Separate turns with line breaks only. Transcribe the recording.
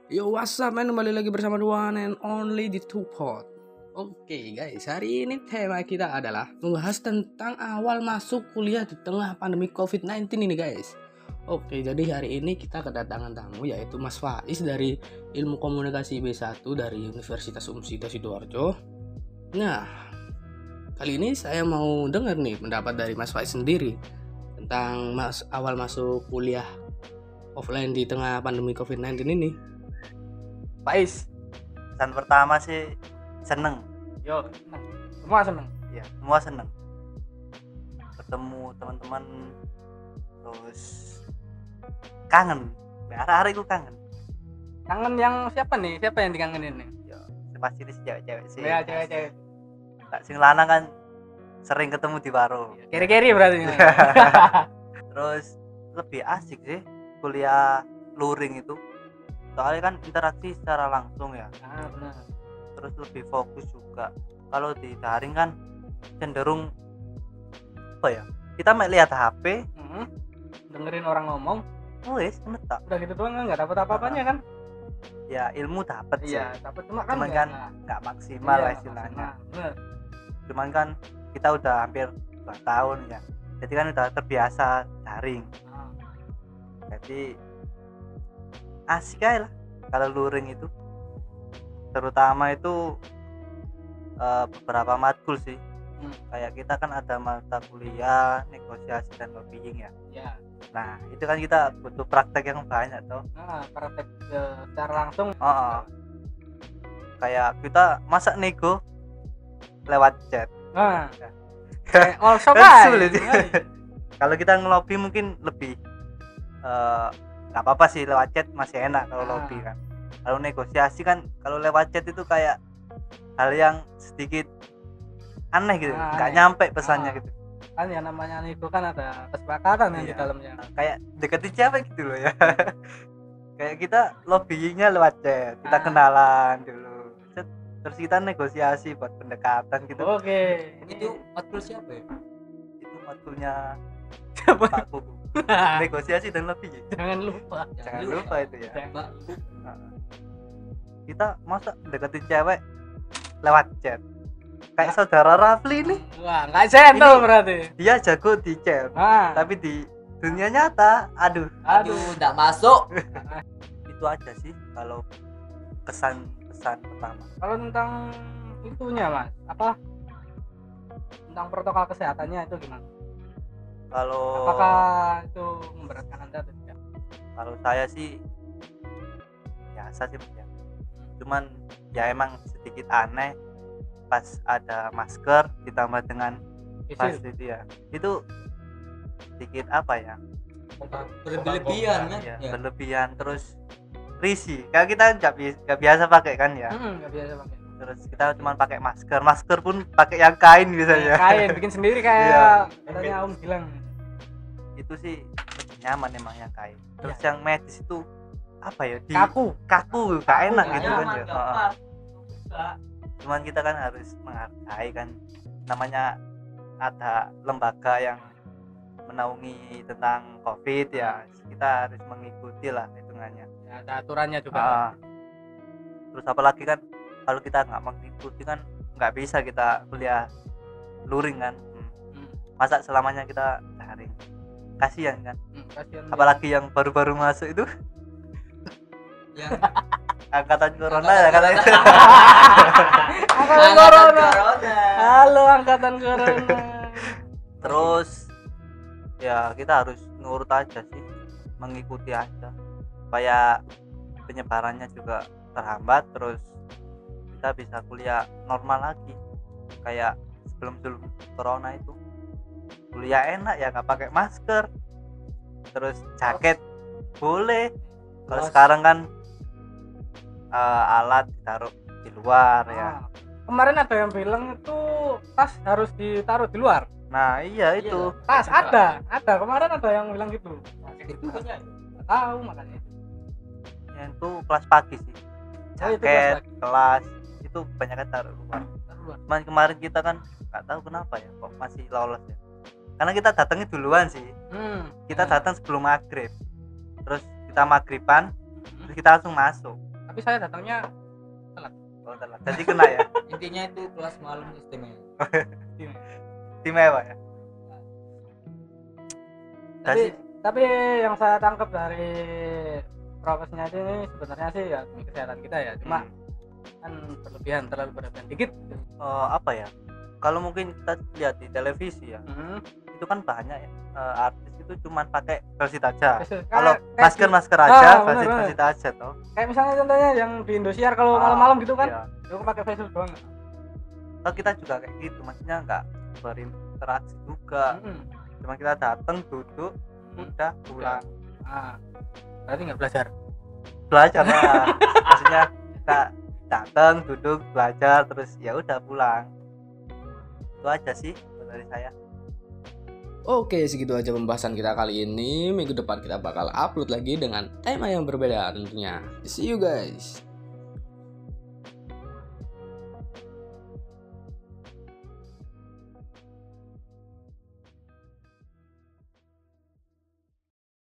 Yo, what's up man, kembali lagi bersama the one and only di Tupot. Oke guys, hari ini tema kita adalah membahas tentang awal masuk kuliah di tengah pandemi COVID-19 ini guys. Oke, jadi hari ini kita kedatangan tamu yaitu Mas Faiz dari Ilmu Komunikasi B1 dari Universitas Umsita Sidoarjo. Nah, kali ini saya mau dengar nih pendapat dari Mas Faiz sendiri tentang awal masuk kuliah offline di tengah pandemi COVID-19 ini.
Faiz, pesan pertama sih seneng.
Yo, seneng. Semua seneng.
Ya, semua seneng. Ketemu teman-teman, terus kangen. Hari-hari gue kangen.
Kangen yang siapa nih? Siapa yang dikangenin nih?
Ya, pasti ini cewek-cewek sih.
Ya, cewek-cewek.
Tak sing lanang kan sering ketemu di warung.
Keri-keri berarti.
Terus lebih asik sih kuliah luring itu. Soalnya kan interaksi secara langsung ya.
Ah, benar.
Terus lebih fokus juga. Kalau di daring kan cenderung apa ya? Kita lihat HP,
Dengerin orang ngomong,
wes tak.
udah gitu doang nggak dapat apa-apanya kan?
Ya ilmu dapat sih.
Iya, dapat cuma kan
Cuman kan nggak maksimal lah istilahnya.
Benar.
Cuman kan kita udah hampir 2 tahun ya. Jadi kan udah terbiasa daring.
Ah.
Jadi asik aja lah kalau luring itu. Terutama itu beberapa matkul sih. Kayak kita kan ada mata kuliah negosiasi dan lobbying ya.
Ya.
Nah itu kan kita butuh praktek yang banyak toh.
Nah, praktek secara langsung.
Kayak kita masa nego lewat chat.
Nah.
Ya.
Also
Kan sulit. Kalau kita ngelobi mungkin lebih nggak apa-apa sih, lewat chat masih enak kalau lobby kan. Kalau negosiasi kan kalau lewat chat itu kayak hal yang sedikit aneh gitu, nggak nyampe pesannya gitu.
Kan ya namanya nego kan ada kesepakatan yang di
Iya.
dalamnya.
Kayak deketin cewek gitu loh ya. Kayak kita lobbyingnya lewat chat, kita kenalan dulu. Terus kita negosiasi buat pendekatan gitu.
Oke.
Itu matkul siapa ya?
Itu matkulnya
Siapa?
Pak Kuku. Negosiasi dan lobbying.
Jangan lupa.
Jangan lupa itu ya.
Mbak.
Kita masa deketin cewek lewat chat. Kayak saudara Rafli nih,
Wah, nggak gentle
Ini-
berarti.
dia jago di chat, tapi di dunia nyata aduh.
Enggak masuk.
Itu aja sih kalau kesan-kesan pertama.
Kalau tentang itunya mas, apa tentang protokol kesehatannya itu gimana?
Kalau
Apakah itu memberatkan anda atau tidak?
kalau saya sih biasa sih ya. Cuman ya emang sedikit aneh pas ada masker ditambah dengan pas
Isil.
itu ya. Itu sedikit apa ya?
Berlebihan kan?
Ya,
Ya.
berlebihan terus risih. Kayak kita nggak biasa pakai kan ya.
Nggak biasa pakai.
Terus kita cuma pakai masker pun pakai yang kain biasanya.
Kain bikin sendiri
Iya.
kayak katanya Om bilang.
Itu sih lebih nyaman emang yang kain. Terus yang medis itu apa ya?
Kaku.
Gak enak
nggak
gitu kan
nyaman,
ya.
gampang.
Cuman kita kan harus menghargai kan, namanya ada lembaga yang menaungi tentang COVID ya, kita harus mengikuti lah hitungannya.
Ya, ada aturannya juga.
Terus apalagi kan kalau kita nggak mengikuti kan nggak bisa kita kuliah luring kan. Masa selamanya kita daring, kasihan kan.
Kasihan.
Apalagi yang baru-baru masuk itu
Yang
angkatan corona ya katanya.
Angkatan corona. Halo angkatan corona.
Terus ya kita harus nurut aja sih, mengikuti aja supaya penyebarannya juga terhambat, terus kita bisa kuliah normal lagi kayak sebelum corona itu. Kuliah enak ya, nggak pakai masker, terus jaket boleh. Kalau sekarang kan alat ditaruh di luar ya.
Kemarin ada yang bilang itu tas harus ditaruh di luar.
Nah iya itu.
Tas ada kemarin ada yang bilang gitu.
itu punya.
Nggak tahu makanya.
Yang itu kelas pagi sih,
Oh, itu
jaket
kelas
kelas itu banyak kan taruh luar.
luar.
Cuman kemarin kita kan nggak tahu kenapa ya kok masih lolos ya, karena kita datangnya duluan sih. Kita datang sebelum maghrib, terus kita maghriban, terus kita langsung masuk.
tapi saya datangnya
Oh, telat. Jadi kena ya.
Intinya itu kelas malam istimewa.
Istimewa ya.
Tapi yang saya tangkap dari profesinya ini sebenarnya sih ya demi kesehatan kita ya, cuma kan terlalu berlebihan dikit.
Apa ya? Kalau mungkin kita lihat di televisi ya, itu kan banyak ya artis itu cuma pakai face aja. Kalau masker aja, face aja toh.
Kayak misalnya contohnya yang di Indosiar kalau malam-malam gitu kan,
iya.
itu pakai face doang.
Kalau kita juga kayak gitu, maksudnya nggak berinteraksi juga. Cuma kita datang, duduk, udah pulang.
Berarti nggak belajar.
Belajar lah. Maksudnya kita datang, duduk, belajar, terus ya udah pulang. Itu aja sih dari saya.
Oke, segitu aja pembahasan kita kali ini. Minggu depan kita bakal upload lagi dengan tema yang berbeda tentunya. See you guys.